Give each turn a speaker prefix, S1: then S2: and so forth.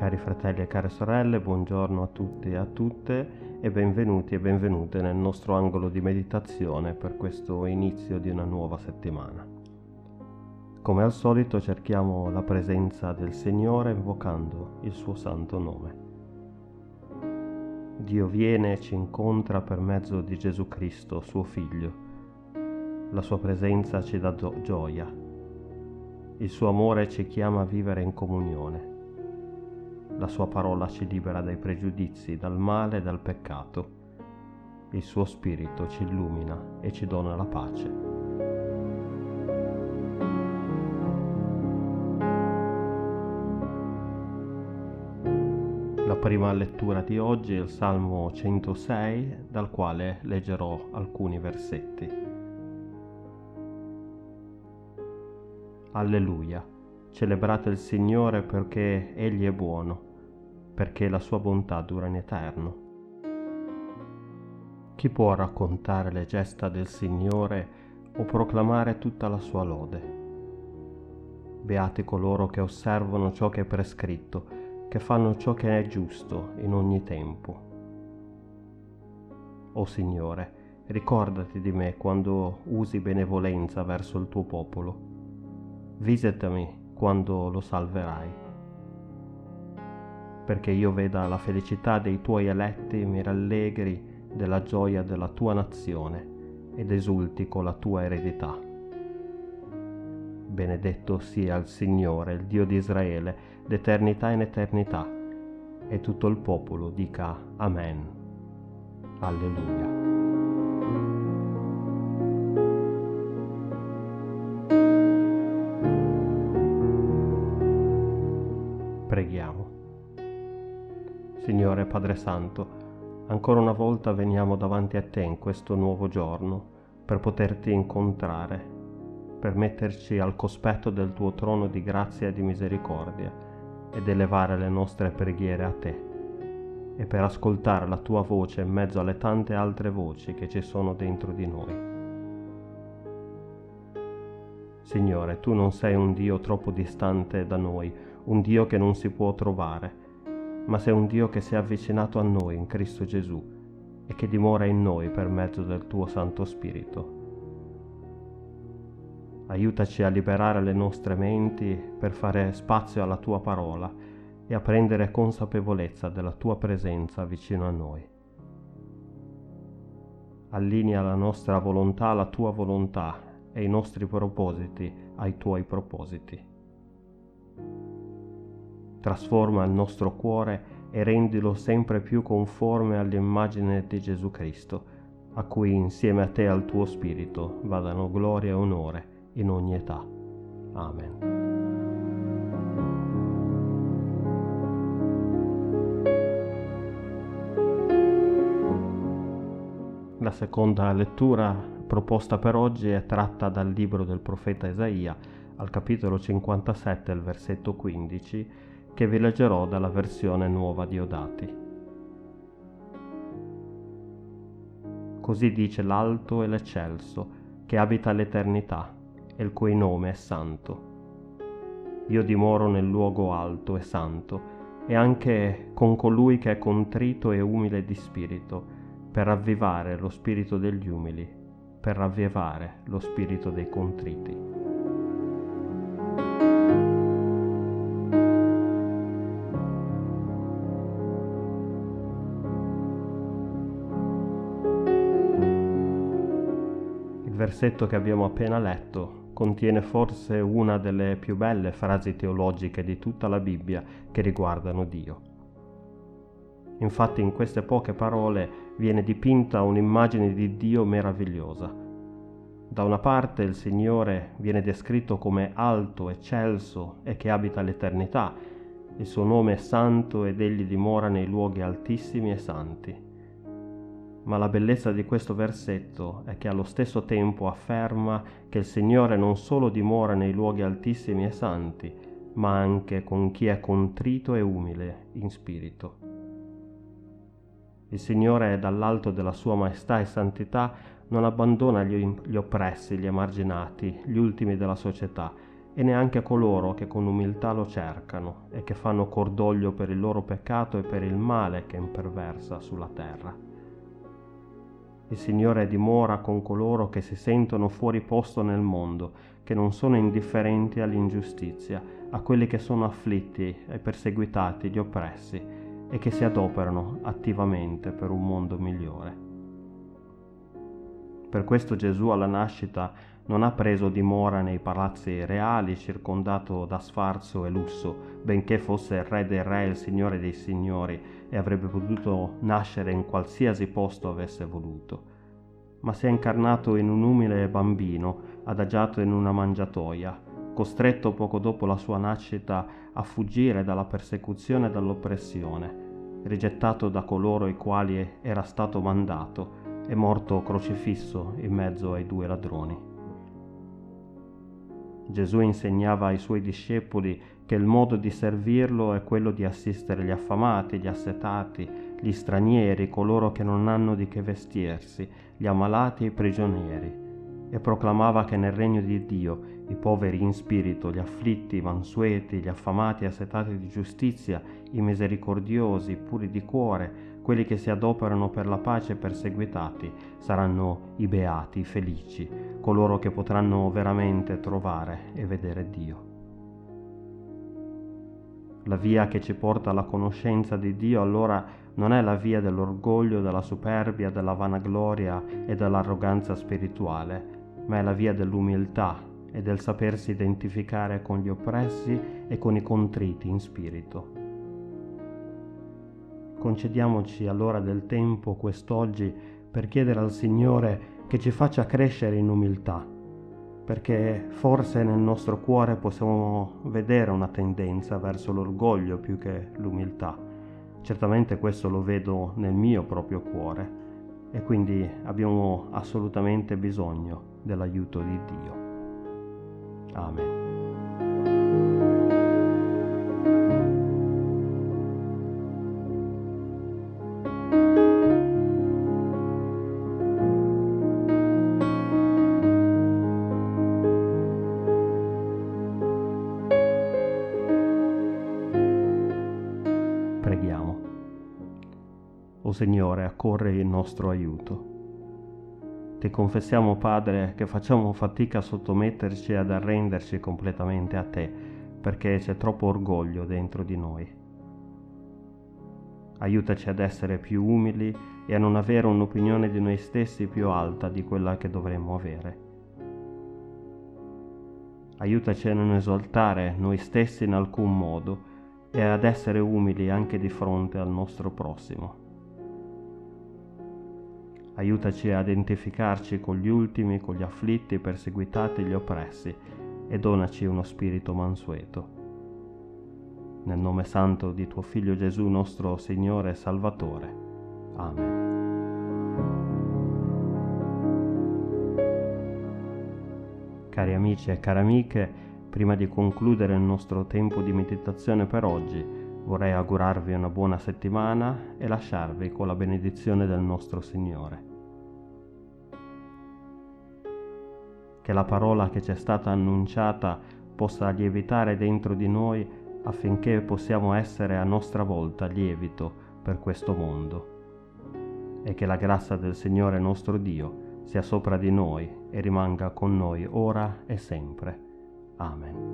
S1: Cari fratelli e care sorelle, buongiorno a tutti e a tutte e benvenuti e benvenute nel nostro angolo di meditazione per questo inizio di una nuova settimana. Come al solito cerchiamo la presenza del Signore invocando il suo santo nome. Dio viene e ci incontra per mezzo di Gesù Cristo, suo Figlio. La sua presenza ci dà gioia. Il suo amore ci chiama a vivere in comunione. La sua parola ci libera dai pregiudizi, dal male e dal peccato. Il suo spirito ci illumina e ci dona la pace. La prima lettura di oggi è il Salmo 106, dal quale leggerò alcuni versetti. Alleluia! Celebrate il Signore perché Egli è buono, perché la sua bontà dura in eterno. Chi può raccontare le gesta del Signore o proclamare tutta la sua lode? Beati coloro che osservano ciò che è prescritto, che fanno ciò che è giusto in ogni tempo. O Signore, ricordati di me quando usi benevolenza verso il tuo popolo. Visitami quando lo salverai. Perché io veda la felicità dei tuoi eletti e mi rallegri della gioia della tua nazione ed esulti con la tua eredità. Benedetto sia il Signore, il Dio di Israele, d'eternità in eternità, e tutto il popolo dica Amen. Alleluia. Preghiamo. Signore Padre Santo, ancora una volta veniamo davanti a Te in questo nuovo giorno per poterti incontrare, per metterci al cospetto del Tuo trono di grazia e di misericordia ed elevare le nostre preghiere a Te e per ascoltare la Tua voce in mezzo alle tante altre voci che ci sono dentro di noi. Signore, Tu non sei un Dio troppo distante da noi, un Dio che non si può trovare, ma sei un Dio che si è avvicinato a noi in Cristo Gesù e che dimora in noi per mezzo del Tuo Santo Spirito. Aiutaci a liberare le nostre menti per fare spazio alla Tua parola e a prendere consapevolezza della Tua presenza vicino a noi. Allinea la nostra volontà alla Tua volontà e i nostri propositi ai Tuoi propositi. Trasforma il nostro cuore e rendilo sempre più conforme all'immagine di Gesù Cristo, a cui insieme a Te e al Tuo Spirito vadano gloria e onore in ogni età. Amen. La seconda lettura proposta per oggi è tratta dal libro del profeta Isaia, al capitolo 57, al versetto 15, che vi leggerò dalla versione nuova Diodati. Così dice l'Alto e l'Eccelso, che abita l'eternità, e il cui nome è santo. Io dimoro nel luogo alto e santo, e anche con colui che è contrito e umile di spirito, per ravvivare lo spirito degli umili, per ravvivare lo spirito dei contriti. Il versetto che abbiamo appena letto contiene forse una delle più belle frasi teologiche di tutta la Bibbia che riguardano Dio. Infatti in queste poche parole viene dipinta un'immagine di Dio meravigliosa. Da una parte il Signore viene descritto come alto, eccelso e che abita l'eternità. Il suo nome è santo ed egli dimora nei luoghi altissimi e santi. Ma la bellezza di questo versetto è che allo stesso tempo afferma che il Signore non solo dimora nei luoghi altissimi e santi, ma anche con chi è contrito e umile in spirito. Il Signore, dall'alto della sua maestà e santità, non abbandona gli oppressi, gli emarginati, gli ultimi della società, e neanche coloro che con umiltà lo cercano e che fanno cordoglio per il loro peccato e per il male che imperversa sulla terra. Il Signore dimora con coloro che si sentono fuori posto nel mondo, che non sono indifferenti all'ingiustizia, a quelli che sono afflitti, ai perseguitati, gli oppressi, e che si adoperano attivamente per un mondo migliore. Per questo Gesù alla nascita non ha preso dimora nei palazzi reali circondato da sfarzo e lusso, benché fosse il Re dei Re e il Signore dei Signori e avrebbe potuto nascere in qualsiasi posto avesse voluto, ma si è incarnato in un umile bambino adagiato in una mangiatoia, costretto poco dopo la sua nascita a fuggire dalla persecuzione e dall'oppressione, rigettato da coloro ai quali era stato mandato e morto crocifisso in mezzo ai due ladroni. Gesù insegnava ai suoi discepoli che il modo di servirlo è quello di assistere gli affamati, gli assetati, gli stranieri, coloro che non hanno di che vestirsi, gli ammalati e i prigionieri, e proclamava che nel regno di Dio i poveri in spirito, gli afflitti, i mansueti, gli affamati e assetati di giustizia, i misericordiosi, puri di cuore, quelli che si adoperano per la pace e perseguitati, saranno i beati, i felici, coloro che potranno veramente trovare e vedere Dio. La via che ci porta alla conoscenza di Dio allora non è la via dell'orgoglio, della superbia, della vanagloria e dell'arroganza spirituale, ma è la via dell'umiltà e del sapersi identificare con gli oppressi e con i contriti in spirito. Concediamoci allora del tempo quest'oggi per chiedere al Signore che ci faccia crescere in umiltà, perché forse nel nostro cuore possiamo vedere una tendenza verso l'orgoglio più che l'umiltà. Certamente questo lo vedo nel mio proprio cuore e quindi abbiamo assolutamente bisogno dell'aiuto di Dio. Amen. Preghiamo. O Signore, accorri in nostro aiuto. Ti confessiamo, Padre, che facciamo fatica a sottometterci e ad arrenderci completamente a Te, perché c'è troppo orgoglio dentro di noi. Aiutaci ad essere più umili e a non avere un'opinione di noi stessi più alta di quella che dovremmo avere. Aiutaci a non esaltare noi stessi in alcun modo e ad essere umili anche di fronte al nostro prossimo. Aiutaci a identificarci con gli ultimi, con gli afflitti, i perseguitati e gli oppressi e donaci uno spirito mansueto. Nel nome santo di tuo Figlio Gesù, nostro Signore e Salvatore. Amen. Cari amici e cari amiche, prima di concludere il nostro tempo di meditazione per oggi, vorrei augurarvi una buona settimana e lasciarvi con la benedizione del nostro Signore. Che la parola che ci è stata annunciata possa lievitare dentro di noi affinché possiamo essere a nostra volta lievito per questo mondo. E che la grazia del Signore nostro Dio sia sopra di noi e rimanga con noi ora e sempre. Amen.